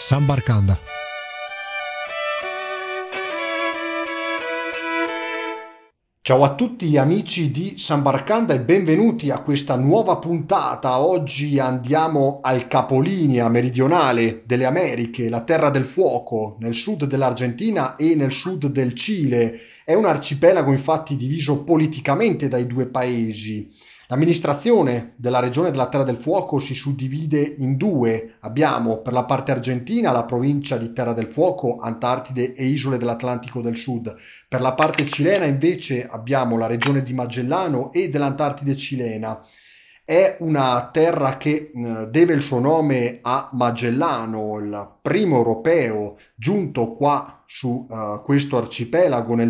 Sambarcanda. Ciao a tutti amici di Sambarcanda e benvenuti a questa nuova puntata. Oggi andiamo al capolinea meridionale delle Americhe, la Terra del Fuoco, nel sud dell'Argentina e nel sud del Cile. È un arcipelago infatti diviso politicamente dai due paesi. L'amministrazione della regione della Terra del Fuoco si suddivide in due. Abbiamo per la parte argentina la provincia di Terra del Fuoco, Antartide e isole dell'Atlantico del Sud. Per la parte cilena invece abbiamo la regione di Magellano e dell'Antartide cilena. È una terra che deve il suo nome a Magellano, il primo europeo giunto qua su questo arcipelago nel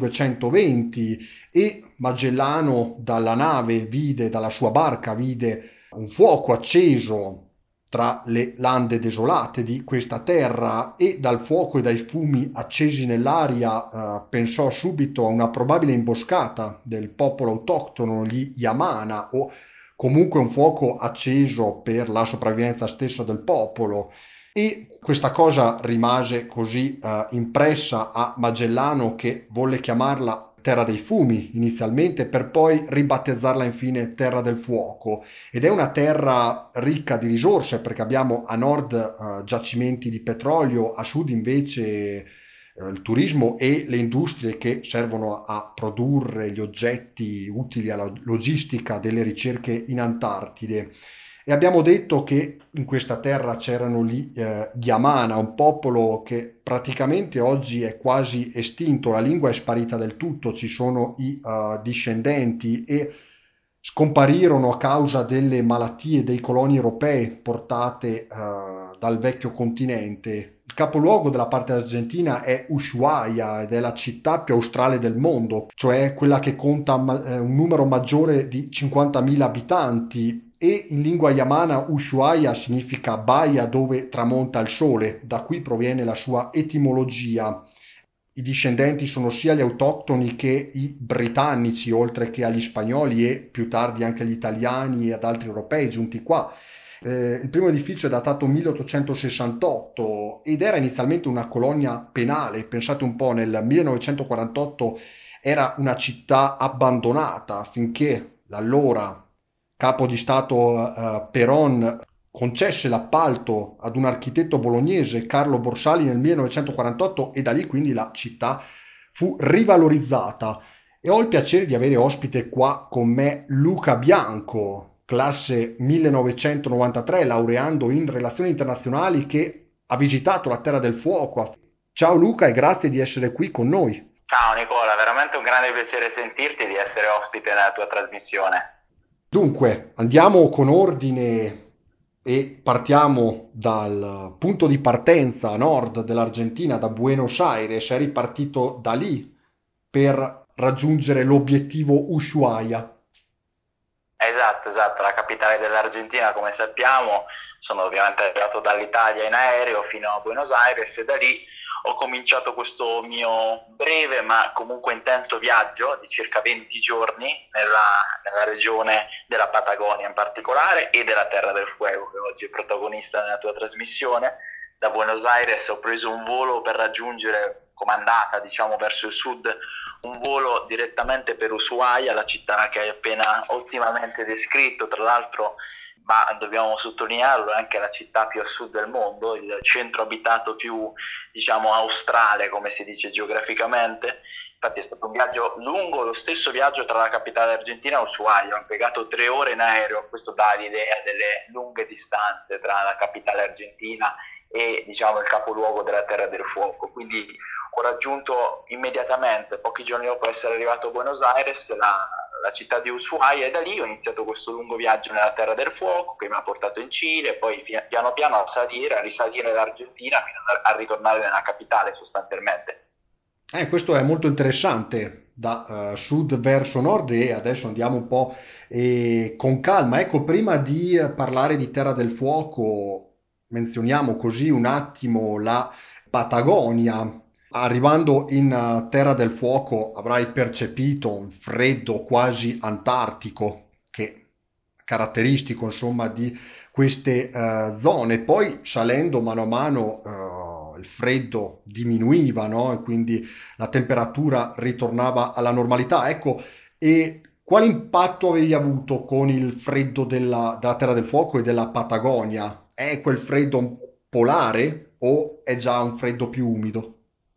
1520, e Magellano dalla sua barca vide un fuoco acceso tra le lande desolate di questa terra, e dal fuoco e dai fumi accesi nell'aria pensò subito a una probabile imboscata del popolo autoctono, gli Yamana, o comunque un fuoco acceso per la sopravvivenza stessa del popolo. E questa cosa rimase così impressa a Magellano che volle chiamarla Terra dei Fumi inizialmente, per poi ribattezzarla infine Terra del Fuoco. Ed è una terra ricca di risorse, perché abbiamo a nord giacimenti di petrolio, a sud invece il turismo e le industrie che servono a produrre gli oggetti utili alla logistica delle ricerche in Antartide. E abbiamo detto che in questa terra c'erano gli Yamana, un popolo che praticamente oggi è quasi estinto, la lingua è sparita del tutto, ci sono i discendenti, e scomparirono a causa delle malattie dei coloni europei portate dal vecchio continente. Il capoluogo della parte argentina è Ushuaia ed è la città più australe del mondo, cioè quella che conta un numero maggiore di 50.000 abitanti, e in lingua yamana Ushuaia significa baia dove tramonta il sole, da qui proviene la sua etimologia. I discendenti sono sia gli autoctoni che i britannici, oltre che agli spagnoli e più tardi anche agli italiani e ad altri europei giunti qua. Il primo edificio è datato 1868 ed era inizialmente una colonia penale. Pensate un po', nel 1948 era una città abbandonata finché l'allora capo di Stato Peron concesse l'appalto ad un architetto bolognese, Carlo Borsali, nel 1948, e da lì quindi la città fu rivalorizzata. E ho il piacere di avere ospite qua con me Luca Bianco, classe 1993, laureando in relazioni internazionali, che ha visitato la Terra del Fuoco. Ciao Luca e grazie di essere qui con noi. Ciao Nicola, veramente un grande piacere sentirti e di essere ospite nella tua trasmissione. Dunque, andiamo con ordine e partiamo dal punto di partenza a nord dell'Argentina, da Buenos Aires. Eri partito da lì per raggiungere l'obiettivo Ushuaia. Esatto, esatto, la capitale dell'Argentina, come sappiamo, sono ovviamente arrivato dall'Italia in aereo fino a Buenos Aires e da lì ho cominciato questo mio breve ma comunque intenso viaggio di circa 20 giorni nella regione della Patagonia in particolare e della Terra del Fuego, che oggi è protagonista nella tua trasmissione. Da Buenos Aires ho preso un volo per raggiungere, come andata, diciamo, verso il sud, un volo direttamente per Ushuaia, la città che hai appena ottimamente descritto, tra l'altro, ma dobbiamo sottolinearlo, è anche la città più a sud del mondo, il centro abitato più, diciamo, australe, come si dice geograficamente. Infatti è stato un viaggio lungo, lo stesso viaggio tra la capitale argentina e Ushuaia, ho impiegato 3 ore in aereo. Questo dà l'idea delle lunghe distanze tra la capitale argentina e, diciamo, il capoluogo della Terra del Fuoco. Quindi ho raggiunto immediatamente, pochi giorni dopo essere arrivato a Buenos Aires, la città di Ushuaia, e da lì ho iniziato questo lungo viaggio nella Terra del Fuoco che mi ha portato in Cile, poi piano piano a salire, a risalire l'Argentina fino a ritornare nella capitale sostanzialmente. Questo è molto interessante, da sud verso nord, e adesso andiamo un po' con calma. Ecco, prima di parlare di Terra del Fuoco, menzioniamo così un attimo la Patagonia. Arrivando in Terra del Fuoco avrai percepito un freddo quasi antartico, che è caratteristico insomma di queste zone. Poi salendo mano a mano il freddo diminuiva, no? E quindi la temperatura ritornava alla normalità. Ecco, e quale impatto avevi avuto con il freddo della Terra del Fuoco e della Patagonia? È quel freddo polare o è già un freddo più umido?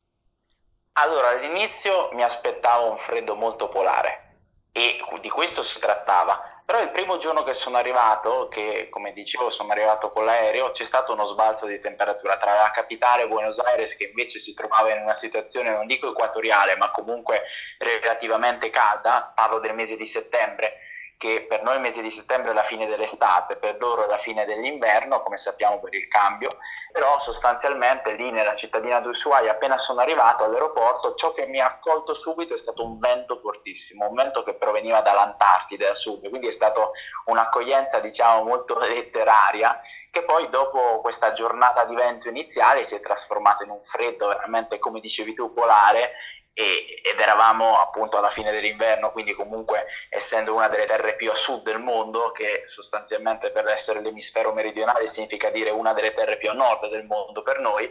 Allora, all'inizio mi aspettavo un freddo molto polare e di questo si trattava, però il primo giorno che sono arrivato, che come dicevo sono arrivato con l'aereo, c'è stato uno sbalzo di temperatura tra la capitale Buenos Aires, che invece si trovava in una situazione non dico equatoriale, ma comunque relativamente calda, parlo del mese di settembre, che per noi il mese di settembre è la fine dell'estate, per loro è la fine dell'inverno, come sappiamo per il cambio, però sostanzialmente lì nella cittadina di Ushuaia, appena sono arrivato all'aeroporto, ciò che mi ha accolto subito è stato un vento fortissimo, un vento che proveniva dall'Antartide a sud, quindi è stata un'accoglienza diciamo molto letteraria, che poi dopo questa giornata di vento iniziale si è trasformata in un freddo veramente, come dicevi tu, polare, ed eravamo appunto alla fine dell'inverno, quindi comunque essendo una delle terre più a sud del mondo, che sostanzialmente per essere l'emisfero meridionale significa dire una delle terre più a nord del mondo per noi,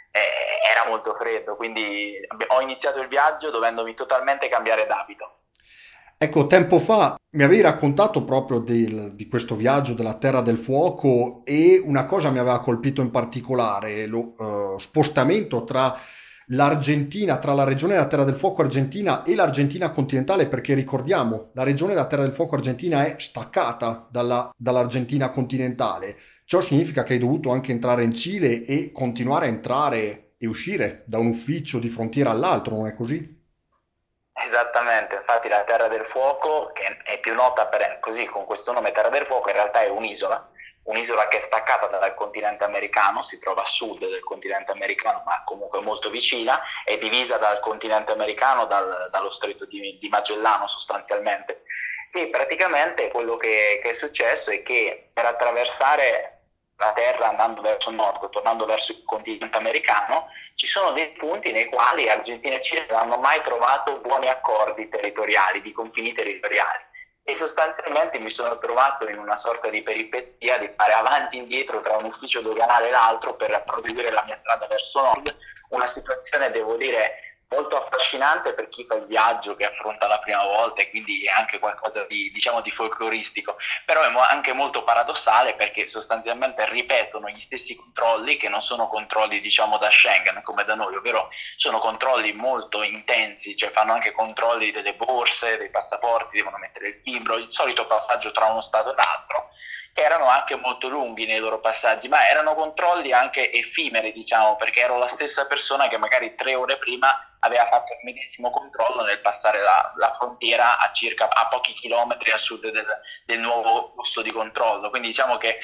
era molto freddo, quindi ho iniziato il viaggio dovendomi totalmente cambiare d'abito. Ecco, tempo fa mi avevi raccontato proprio di questo viaggio della Terra del Fuoco e una cosa mi aveva colpito in particolare, lo spostamento tra l'Argentina, tra la regione della Terra del Fuoco argentina e l'Argentina continentale, perché ricordiamo, la regione della Terra del Fuoco argentina è staccata dall'Argentina continentale. Ciò significa che hai dovuto anche entrare in Cile e continuare a entrare e uscire da un ufficio di frontiera all'altro, non è così? Esattamente, infatti la Terra del Fuoco, che è più nota per, così con questo nome Terra del Fuoco, in realtà è un'isola che è staccata dal continente americano, si trova a sud del continente americano, ma comunque molto vicina, è divisa dal continente americano dallo stretto di Magellano sostanzialmente. E praticamente quello che è successo è che per attraversare la Terra andando verso nord, tornando verso il continente americano, ci sono dei punti nei quali Argentina e Cile non hanno mai trovato buoni accordi territoriali, di confini territoriali. E sostanzialmente mi sono trovato in una sorta di peripetia di fare avanti e indietro tra un ufficio doganale e l'altro per proseguire la mia strada verso nord, una situazione, devo dire, molto affascinante per chi fa il viaggio, che affronta la prima volta e quindi è anche qualcosa di, diciamo, di folcloristico, però è anche molto paradossale perché sostanzialmente ripetono gli stessi controlli che non sono controlli diciamo da Schengen come da noi, ovvero sono controlli molto intensi, cioè fanno anche controlli delle borse, dei passaporti, devono mettere il timbro, il solito passaggio tra uno stato e l'altro, che erano anche molto lunghi nei loro passaggi, ma erano controlli anche effimeri, diciamo, perché ero la stessa persona che magari 3 ore prima aveva fatto il medesimo controllo nel passare la frontiera a pochi chilometri a sud del nuovo posto di controllo. Quindi diciamo che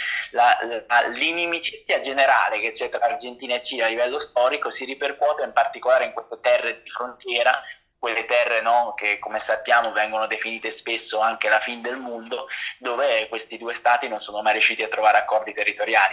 l'inimicizia generale che c'è tra Argentina e Cile a livello storico si ripercuote in particolare in queste terre di frontiera, quelle terre no, che come sappiamo vengono definite spesso anche la fin del mondo, dove questi due stati non sono mai riusciti a trovare accordi territoriali.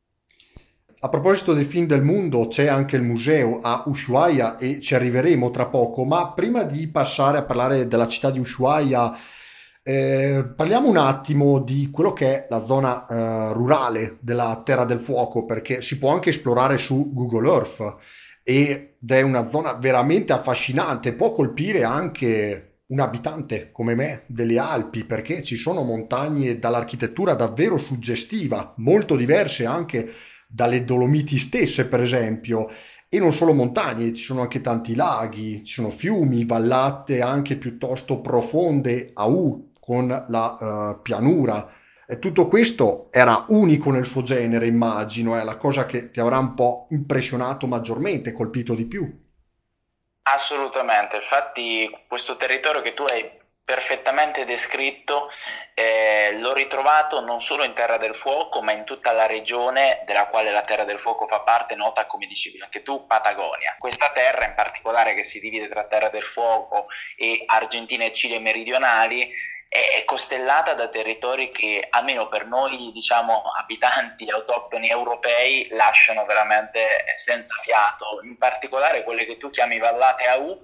A proposito dei film del mondo, c'è anche il museo a Ushuaia e ci arriveremo tra poco, ma prima di passare a parlare della città di Ushuaia, parliamo un attimo di quello che è la zona rurale della Terra del Fuoco, perché si può anche esplorare su Google Earth ed è una zona veramente affascinante, può colpire anche un abitante come me delle Alpi, perché ci sono montagne dall'architettura davvero suggestiva, molto diverse anche dalle Dolomiti stesse, per esempio, e non solo montagne, ci sono anche tanti laghi, ci sono fiumi, vallate anche piuttosto profonde a U con la pianura. E tutto questo era unico nel suo genere, immagino, è la cosa che ti avrà un po' impressionato maggiormente, colpito di più. Assolutamente, infatti questo territorio che tu hai perfettamente descritto l'ho ritrovato non solo in Terra del Fuoco, ma in tutta la regione della quale la Terra del Fuoco fa parte, nota come dicevi anche tu, Patagonia. Questa terra in particolare che si divide tra Terra del Fuoco e Argentina e Cile meridionali è costellata da territori che, almeno per noi, diciamo, abitanti autoctoni europei, lasciano veramente senza fiato. In particolare quelle che tu chiami vallate a U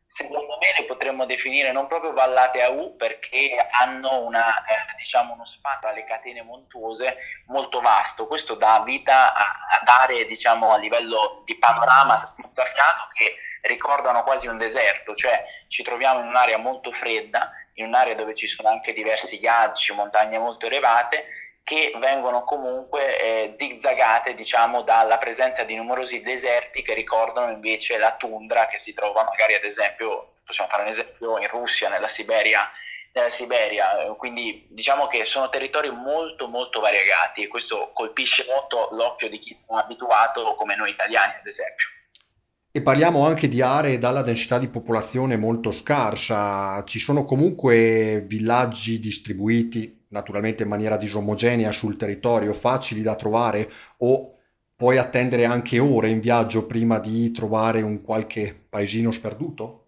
secondo me le potremmo definire non proprio vallate a U perché hanno diciamo uno spazio alle catene montuose molto vasto. Questo dà vita ad aree, diciamo, a livello di panorama mozzafiato che ricordano quasi un deserto, cioè ci troviamo in un'area molto fredda, in un'area dove ci sono anche diversi ghiacci, montagne molto elevate, che vengono comunque zigzagate, diciamo, dalla presenza di numerosi deserti che ricordano invece la tundra che si trova magari, ad esempio, possiamo fare un esempio, in Russia, nella Siberia, quindi diciamo che sono territori molto molto variegati e questo colpisce molto l'occhio di chi non è abituato come noi italiani, ad esempio. E parliamo anche di aree dalla densità di popolazione molto scarsa. Ci sono comunque villaggi distribuiti, naturalmente in maniera disomogenea sul territorio, facili da trovare o puoi attendere anche ore in viaggio prima di trovare un qualche paesino sperduto?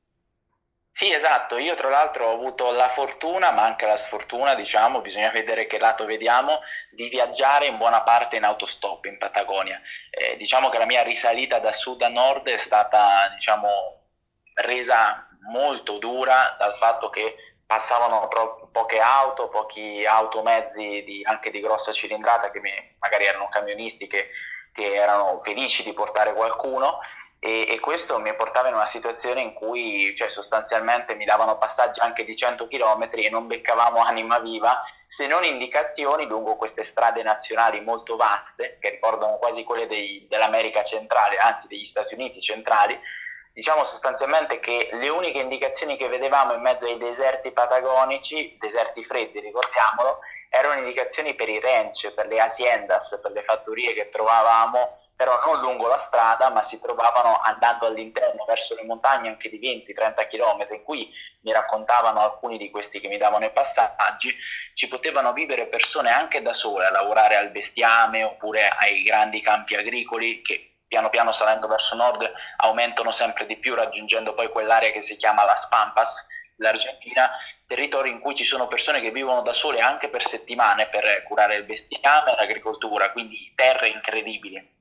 Sì, esatto, io tra l'altro ho avuto la fortuna, ma anche la sfortuna, diciamo, bisogna vedere che lato vediamo, di viaggiare in buona parte in autostop in Patagonia. Diciamo che la mia risalita da sud a nord è stata, diciamo, resa molto dura dal fatto che passavano poche auto, pochi automezzi anche di grossa cilindrata magari erano camionisti che erano felici di portare qualcuno e questo mi portava in una situazione in cui cioè, sostanzialmente mi davano passaggi anche di 100 km e non beccavamo anima viva se non indicazioni lungo queste strade nazionali molto vaste che ricordano quasi quelle dell'America centrale, anzi degli Stati Uniti centrali. Diciamo sostanzialmente che le uniche indicazioni che vedevamo in mezzo ai deserti patagonici, deserti freddi ricordiamolo, erano indicazioni per i ranch, per le haciendas, per le fattorie che trovavamo però non lungo la strada, ma si trovavano andando all'interno verso le montagne anche di 20-30 km, in cui mi raccontavano alcuni di questi che mi davano i passaggi, ci potevano vivere persone anche da sole a lavorare al bestiame oppure ai grandi campi agricoli che piano piano salendo verso nord aumentano sempre di più raggiungendo poi quell'area che si chiama Las Pampas, l'Argentina, territori in cui ci sono persone che vivono da sole anche per settimane per curare il bestiame e l'agricoltura, quindi terre incredibili.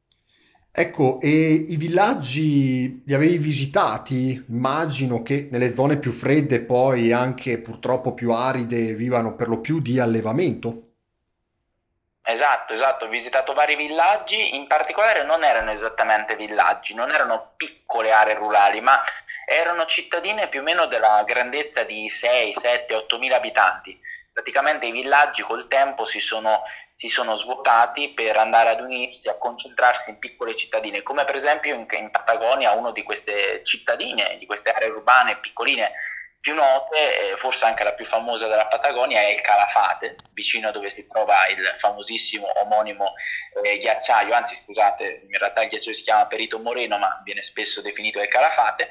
Ecco, e i villaggi li avevi visitati? Immagino che nelle zone più fredde, poi anche purtroppo più aride, vivano per lo più di allevamento. Esatto, esatto, ho visitato vari villaggi, in particolare non erano esattamente villaggi, non erano piccole aree rurali, ma erano cittadine più o meno della grandezza di 6, 7, 8 mila abitanti. Praticamente i villaggi col tempo si sono svuotati per andare ad unirsi, a concentrarsi in piccole cittadine, come per esempio in Patagonia una di queste cittadine, di queste aree urbane piccoline più note, forse anche la più famosa della Patagonia, è il Calafate, vicino a dove si trova il famosissimo omonimo ghiacciaio, anzi scusate, in realtà il ghiacciaio si chiama Perito Moreno, ma viene spesso definito il Calafate,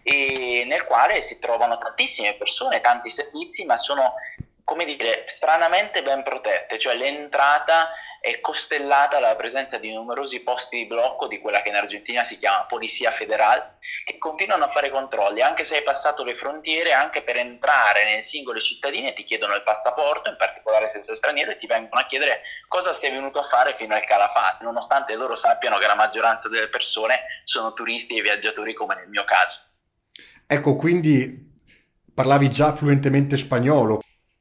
e nel quale si trovano tantissime persone, tanti servizi, ma sono, come dire, stranamente ben protette, cioè l'entrata è costellata dalla presenza di numerosi posti di blocco di quella che in Argentina si chiama Polizia Federal, che continuano a fare controlli, anche se hai passato le frontiere, anche per entrare nelle singole cittadine ti chiedono il passaporto, in particolare se sei straniero, e ti vengono a chiedere cosa sei venuto a fare fino al Calafate, nonostante loro sappiano che la maggioranza delle persone sono turisti e viaggiatori come nel mio caso. Ecco, quindi parlavi già fluentemente spagnolo.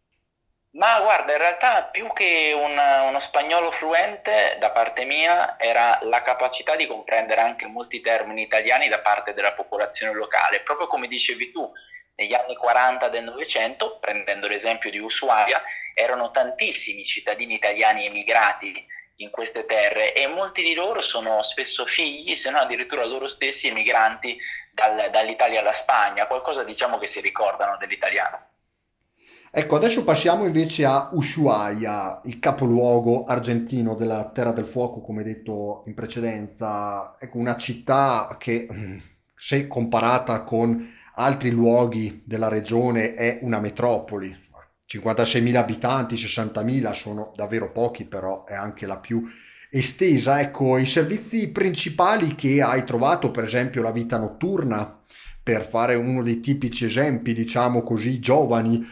Ma guarda, in realtà più che uno spagnolo fluente da parte mia era la capacità di comprendere anche molti termini italiani da parte della popolazione locale. Proprio come dicevi tu, negli anni 40 del Novecento, prendendo l'esempio di Ushuaia, erano tantissimi cittadini italiani emigrati in queste terre e molti di loro sono spesso figli, se non addirittura loro stessi emigranti dall'Italia alla Spagna, qualcosa diciamo che si ricordano dell'italiano. Ecco, adesso passiamo invece a Ushuaia, il capoluogo argentino della Terra del Fuoco, come detto in precedenza. Ecco, una città che, se comparata con altri luoghi della regione, è una metropoli. 56.000 abitanti, 60.000 sono davvero pochi, però è anche la più estesa. Ecco, i servizi principali che hai trovato, per esempio la vita notturna, per fare uno dei tipici esempi, diciamo così, giovani,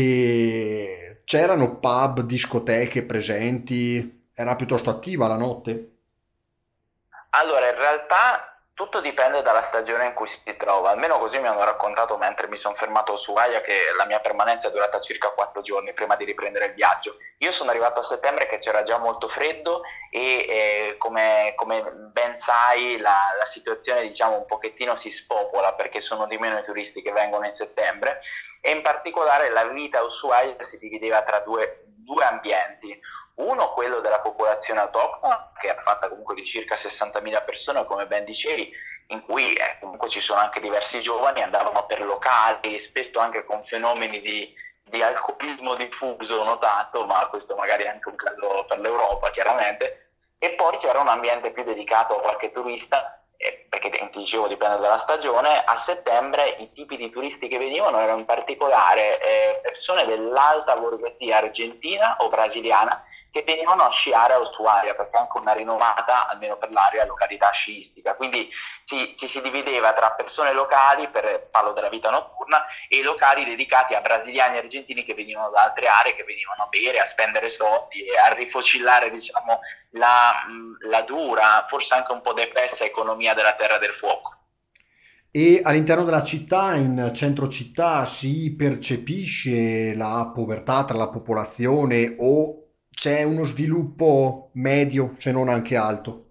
e c'erano pub, discoteche presenti, era piuttosto attiva la notte. Allora, in realtà Tutto dipende dalla stagione in cui si trova, almeno così mi hanno raccontato mentre mi sono fermato su Ushuaia che la mia permanenza è durata circa 4 giorni prima di riprendere il viaggio. Io sono arrivato a settembre che c'era già molto freddo e come ben sai la situazione diciamo un pochettino si spopola perché sono di meno i turisti che vengono in settembre e in particolare la vita a Ushuaia si divideva tra due ambienti. Uno, quello della popolazione autoctona, che era fatta comunque di circa 60.000 persone, come ben dicevi, in cui comunque ci sono anche diversi giovani, andavano per locali, spesso anche con fenomeni di alcolismo diffuso notato, ma questo magari è anche un caso per l'Europa, chiaramente. E poi c'era un ambiente più dedicato a qualche turista, perché ti dicevo dipende dalla stagione, a settembre i tipi di turisti che venivano erano in particolare persone dell'alta borghesia argentina o brasiliana che venivano a sciare a Ushuaia, perché è anche una rinomata, almeno per l'area, località sciistica. Quindi ci si divideva tra persone locali, parlo della vita notturna, e i locali dedicati a brasiliani e argentini che venivano da altre aree, che venivano a bere, a spendere soldi e a rifocillare, diciamo, la dura, forse anche un po' depressa economia della Terra del Fuoco. E all'interno della città, in centro città, si percepisce la povertà tra la popolazione o c'è uno sviluppo medio, se non anche alto?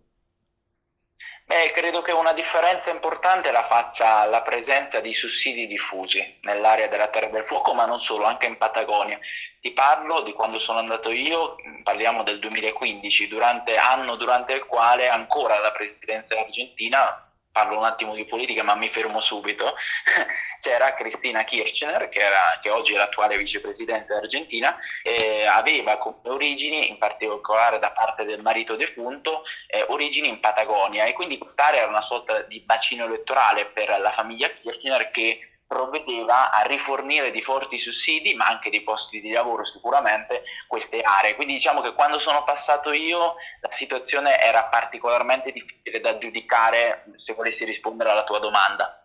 Beh, credo che una differenza importante la faccia la presenza di sussidi diffusi nell'area della Terra del Fuoco, ma non solo, anche in Patagonia. Ti parlo di quando sono andato io, parliamo del 2015, anno durante il quale ancora la presidenza argentina, parlo un attimo di politica ma mi fermo subito, c'era Cristina Kirchner, che oggi è l'attuale vicepresidente argentina, aveva come origini, in particolare da parte del marito defunto, origini in Patagonia e quindi quest'area era una sorta di bacino elettorale per la famiglia Kirchner che provvedeva a rifornire di forti sussidi, ma anche di posti di lavoro sicuramente, queste aree. Quindi diciamo che quando sono passato io la situazione era particolarmente difficile da giudicare se volessi rispondere alla tua domanda.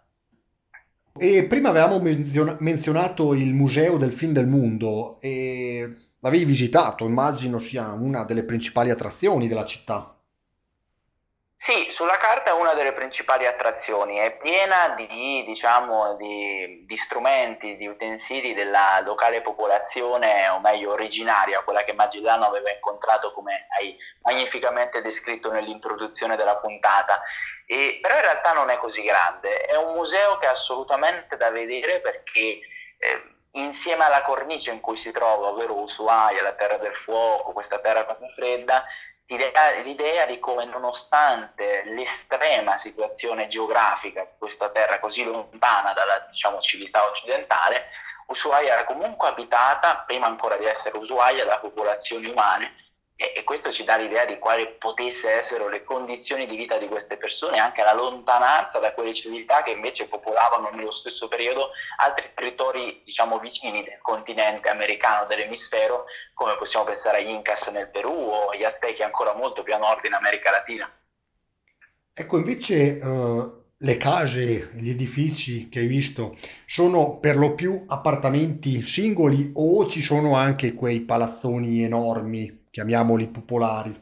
E prima avevamo menzionato il Museo del Fin del Mondo e l'avevi visitato, immagino sia una delle principali attrazioni della città. Sì, sulla carta è una delle principali attrazioni, è piena diciamo, di strumenti, di utensili della locale popolazione, o meglio originaria, quella che Magellano aveva incontrato come hai magnificamente descritto nell'introduzione della puntata. Però in realtà non è così grande, è un museo che è assolutamente da vedere perché insieme alla cornice in cui si trova, ovvero Ushuaia, la terra del fuoco, questa terra così fredda, ti dà l'idea di come nonostante l'estrema situazione geografica di questa terra così lontana dalla diciamo, civiltà occidentale, Ushuaia era comunque abitata, prima ancora di essere Ushuaia, da popolazioni umane e questo ci dà l'idea di quali potessero essere le condizioni di vita di queste persone, anche la lontananza da quelle civiltà che invece popolavano nello stesso periodo altri territori, diciamo, vicini del continente americano, dell'emisfero, come possiamo pensare agli Incas nel Perù o agli Aztechi ancora molto più a nord in America Latina. Ecco, invece, le case, gli edifici che hai visto sono per lo più appartamenti singoli o ci sono anche quei palazzoni enormi, chiamiamoli popolari?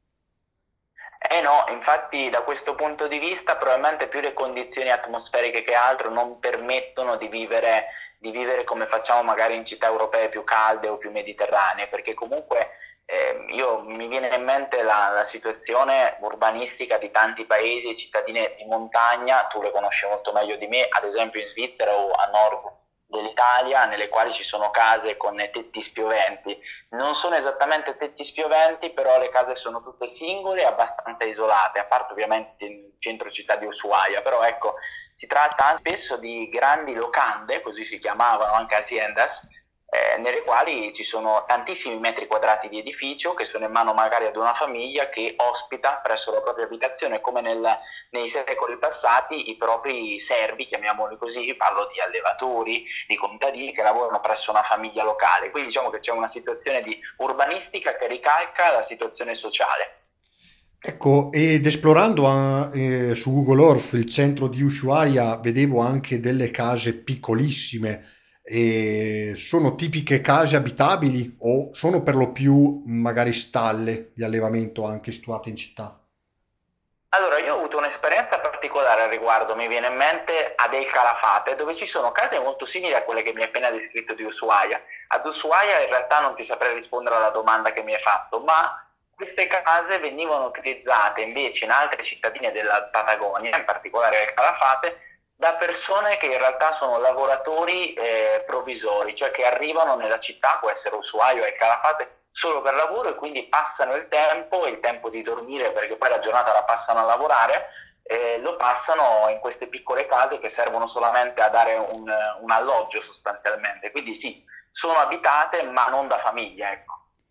Eh no, infatti da questo punto di vista probabilmente più le condizioni atmosferiche che altro non permettono di vivere come facciamo magari in città europee più calde o più mediterranee, perché comunque mi viene in mente la situazione urbanistica di tanti paesi e cittadine di montagna, tu le conosci molto meglio di me, ad esempio in Svizzera o a nord dell'Italia, nelle quali ci sono case con tetti spioventi. Non sono esattamente tetti spioventi, però le case sono tutte singole e abbastanza isolate, a parte ovviamente il centro città di Ushuaia, però ecco, si tratta anche spesso di grandi locande, così si chiamavano anche haciendas, nelle quali ci sono tantissimi metri quadrati di edificio che sono in mano magari ad una famiglia che ospita presso la propria abitazione, come nei secoli passati, i propri servi, chiamiamoli così, parlo di allevatori, di contadini che lavorano presso una famiglia locale. Quindi diciamo che c'è una situazione di urbanistica che ricalca la situazione sociale. Ecco, ed esplorando su Google Earth il centro di Ushuaia, vedevo anche delle case piccolissime. E sono tipiche case abitabili o sono per lo più magari stalle di allevamento anche situate in città? Allora, io ho avuto un'esperienza particolare particolare al riguardo mi viene in mente ad El Calafate, dove ci sono case molto simili a quelle che mi hai appena descritto di Ushuaia. Ad Ushuaia in realtà non ti saprei rispondere alla domanda che mi hai fatto, ma queste case venivano utilizzate invece in altre cittadine della Patagonia, in particolare al Calafate, da persone che in realtà sono lavoratori provvisori, cioè che arrivano nella città, può essere Ushuaia o El Calafate, solo per lavoro e quindi passano il tempo di dormire perché poi la giornata la passano a lavorare, lo passano in queste piccole case che servono solamente a dare un alloggio sostanzialmente. Quindi sì, sono abitate ma non da famiglia, ecco.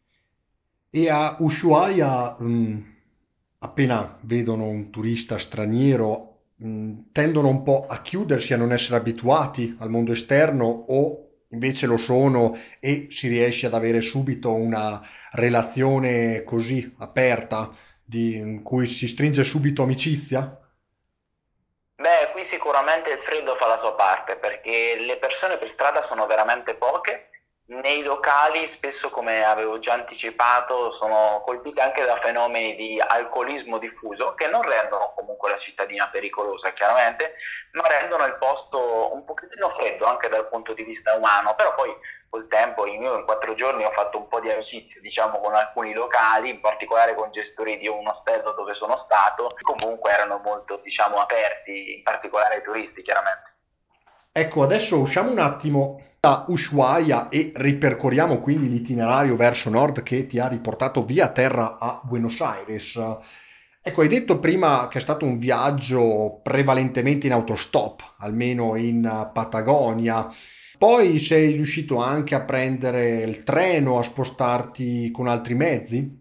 E a Ushuaia, appena vedono un turista straniero, tendono un po' a chiudersi, a non essere abituati al mondo esterno o invece lo sono e si riesce ad avere subito una relazione così aperta in cui si stringe subito amicizia? Beh, qui sicuramente il freddo fa la sua parte perché le persone per strada sono veramente poche. Nei locali, spesso, come avevo già anticipato, sono colpite anche da fenomeni di alcolismo diffuso che non rendono comunque la cittadina pericolosa, chiaramente, ma rendono il posto un pochettino freddo anche dal punto di vista umano. Però poi col tempo, io in 4 giorni ho fatto un po' di amicizie, diciamo, con alcuni locali, in particolare con gestori di un ostello dove sono stato, comunque erano molto, diciamo, aperti, in particolare ai turisti, chiaramente. Ecco, adesso usciamo un attimo da Ushuaia e ripercorriamo quindi l'itinerario verso nord che ti ha riportato via terra a Buenos Aires. Ecco, hai detto prima che è stato un viaggio prevalentemente in autostop, almeno in Patagonia. Poi sei riuscito anche a prendere il treno, a spostarti con altri mezzi?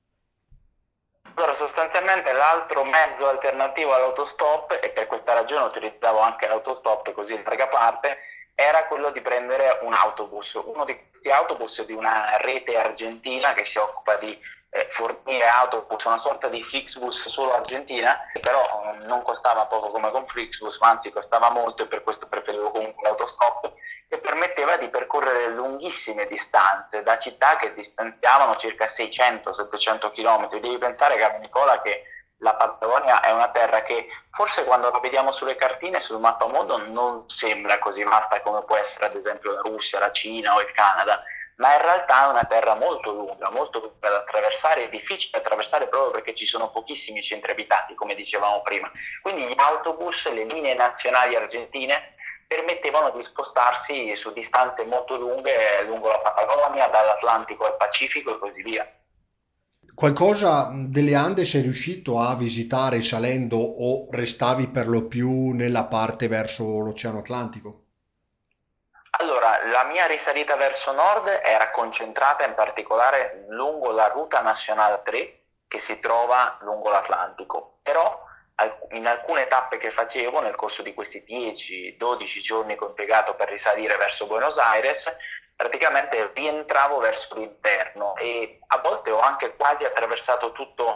Allora, sostanzialmente l'altro mezzo alternativo all'autostop, e per questa ragione utilizzavo anche l'autostop così in larga parte, era quello di prendere un autobus. Uno di questi autobus di una rete argentina che si occupa di fornire autobus, una sorta di Flixbus solo argentina, che però non costava poco come con Flixbus, ma anzi costava molto e per questo preferivo comunque l'autostop, che permetteva di percorrere lunghissime distanze da città che distanziavano circa 600-700 km. Devi pensare, caro Nicola, che la Patagonia è una terra che forse quando la vediamo sulle cartine, sul mappamondo, non sembra così vasta come può essere ad esempio la Russia, la Cina o il Canada, ma in realtà è una terra molto lunga da attraversare, è difficile da attraversare proprio perché ci sono pochissimi centri abitati, come dicevamo prima. Quindi gli autobus, le linee nazionali argentine permettevano di spostarsi su distanze molto lunghe lungo la Patagonia, dall'Atlantico al Pacifico e così via. Qualcosa delle Ande sei riuscito a visitare salendo o restavi per lo più nella parte verso l'Oceano Atlantico? Allora, la mia risalita verso nord era concentrata in particolare lungo la ruta nazionale 3 che si trova lungo l'Atlantico, però in alcune tappe che facevo nel corso di questi 10-12 giorni che ho impiegato per risalire verso Buenos Aires, praticamente rientravo verso l'interno e a volte ho anche quasi attraversato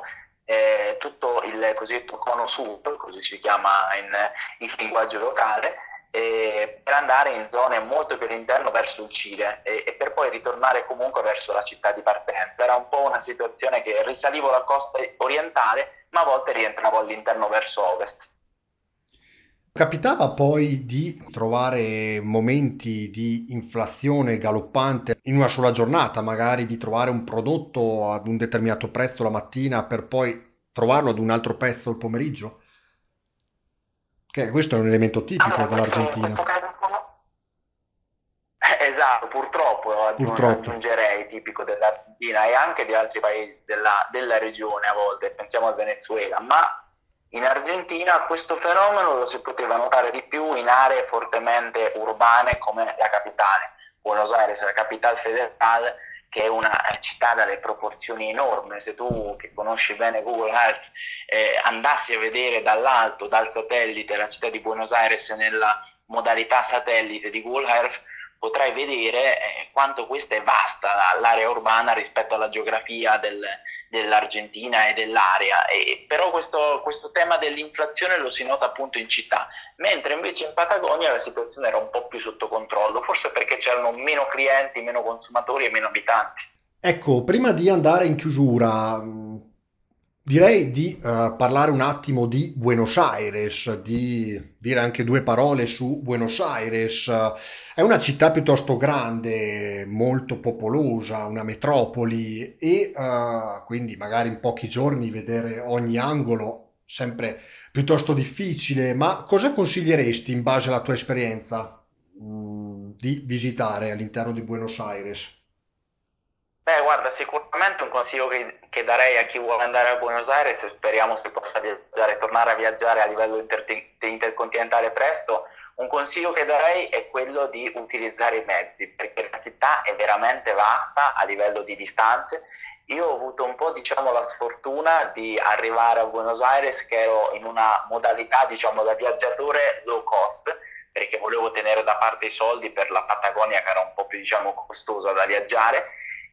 tutto il cosiddetto cono sud, così si chiama in linguaggio locale, per andare in zone molto più all'interno verso il Cile e per poi ritornare comunque verso la città di partenza. Era un po' una situazione che risalivo la costa orientale, ma a volte rientravo all'interno verso ovest. Capitava poi di trovare momenti di inflazione galoppante in una sola giornata, magari di trovare un prodotto ad un determinato prezzo la mattina per poi trovarlo ad un altro prezzo il pomeriggio? Che questo è un elemento tipico Allora, questo in dell'Argentina, questo caso esatto, purtroppo purtroppo. aggiungerei tipico dell'Argentina e anche di altri paesi della regione a volte, pensiamo al Venezuela, ma in Argentina questo fenomeno lo si poteva notare di più in aree fortemente urbane come la capitale, Buenos Aires, la capitale federale, che è una città dalle proporzioni enormi. Se tu, che conosci bene Google Earth, andassi a vedere dall'alto, dal satellite, la città di Buenos Aires nella modalità satellite di Google Earth, potrai vedere quanto questa è vasta l'area urbana rispetto alla geografia dell'Argentina e dell'area. Però questo tema dell'inflazione lo si nota appunto in città, mentre invece in Patagonia la situazione era un po' più sotto controllo, forse perché c'erano meno clienti, meno consumatori e meno abitanti. Ecco, prima di andare in chiusura, Direi di parlare un attimo di Buenos Aires, di dire anche due parole su Buenos Aires. È una città piuttosto grande, molto popolosa, una metropoli e quindi magari in pochi giorni vedere ogni angolo sempre piuttosto difficile. Ma cosa consiglieresti in base alla tua esperienza, di visitare all'interno di Buenos Aires? Beh, guarda, sicuramente un consiglio che darei a chi vuole andare a Buenos Aires, e speriamo si possa viaggiare, tornare a viaggiare a livello intercontinentale presto, un consiglio che darei è quello di utilizzare i mezzi, perché la città è veramente vasta a livello di distanze. Io ho avuto un po', diciamo, la sfortuna di arrivare a Buenos Aires che ero in una modalità, diciamo, da viaggiatore low cost, perché volevo tenere da parte i soldi per la Patagonia che era un po' più, diciamo, costosa da viaggiare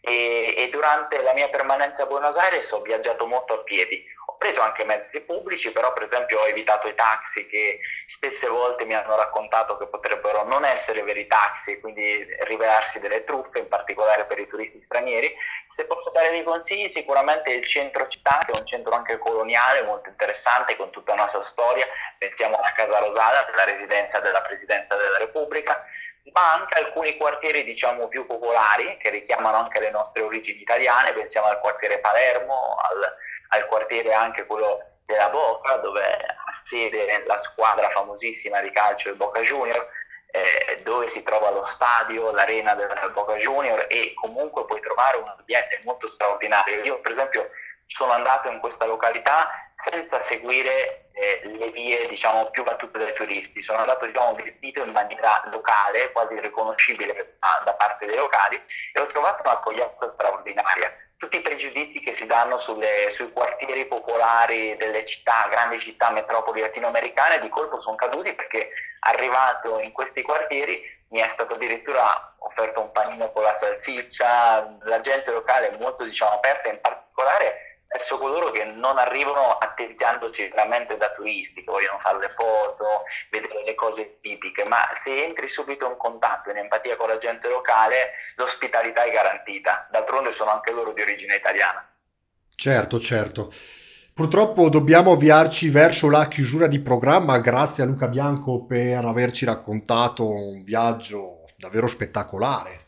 e durante la mia permanenza a Buenos Aires ho viaggiato molto a piedi. Ho preso anche mezzi pubblici, però per esempio ho evitato i taxi che spesse volte mi hanno raccontato che potrebbero non essere veri taxi e quindi rivelarsi delle truffe, in particolare per i turisti stranieri. Se posso dare dei consigli, sicuramente il centro città, che è un centro anche coloniale molto interessante con tutta una sua storia. Pensiamo alla Casa Rosada, la residenza della Presidenza della Repubblica, ma anche alcuni quartieri diciamo più popolari che richiamano anche le nostre origini italiane, pensiamo al quartiere Palermo, al quartiere anche quello della Boca dove ha sede la squadra famosissima di calcio il Boca Junior, dove si trova lo stadio, l'arena del Boca Junior e comunque puoi trovare un ambiente molto straordinario. Io per esempio sono andato in questa località senza seguire le vie diciamo più battute dai turisti, sono andato diciamo vestito in maniera locale, quasi riconoscibile da parte dei locali e ho trovato un'accoglienza straordinaria. Tutti i pregiudizi che si danno sui quartieri popolari delle città, grandi città, metropoli latinoamericane, di colpo sono caduti perché arrivato in questi quartieri mi è stato addirittura offerto un panino con la salsiccia, la gente locale è molto diciamo aperta, in particolare verso coloro che non arrivano atteggiandosi veramente da turisti, che vogliono fare le foto, vedere le cose tipiche, ma se entri subito in contatto, in empatia con la gente locale, l'ospitalità è garantita. D'altronde sono anche loro di origine italiana. Certo, certo. Purtroppo dobbiamo avviarci verso la chiusura di programma. Grazie a Luca Bianco per averci raccontato un viaggio davvero spettacolare.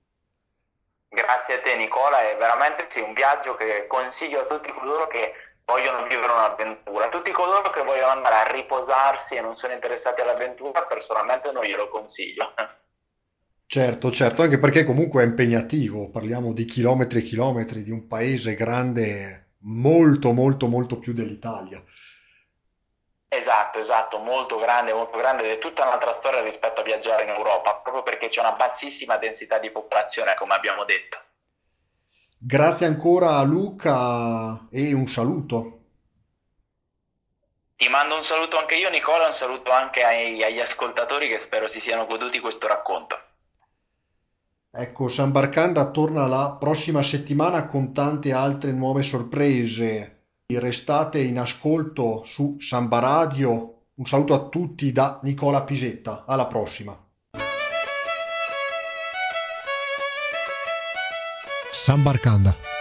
Grazie a te Nicola, è veramente sì, un viaggio che consiglio a tutti coloro che vogliono vivere un'avventura, a tutti coloro che vogliono andare a riposarsi e non sono interessati all'avventura, personalmente non glielo consiglio. Certo, certo, anche perché comunque è impegnativo. Parliamo di chilometri e chilometri di un paese grande, molto, molto, molto più dell'Italia. Esatto, esatto, molto grande ed è tutta un'altra storia rispetto a viaggiare in Europa, proprio perché c'è una bassissima densità di popolazione, come abbiamo detto. Grazie ancora a Luca e un saluto. Ti mando un saluto anche io, Nicola, un saluto anche agli ascoltatori che spero si siano goduti questo racconto. Ecco, San Barcanda torna la prossima settimana con tante altre nuove sorprese. Restate in ascolto su Samba Radio. Un saluto a tutti da Nicola Pisetta. Alla prossima. Sambarcanda.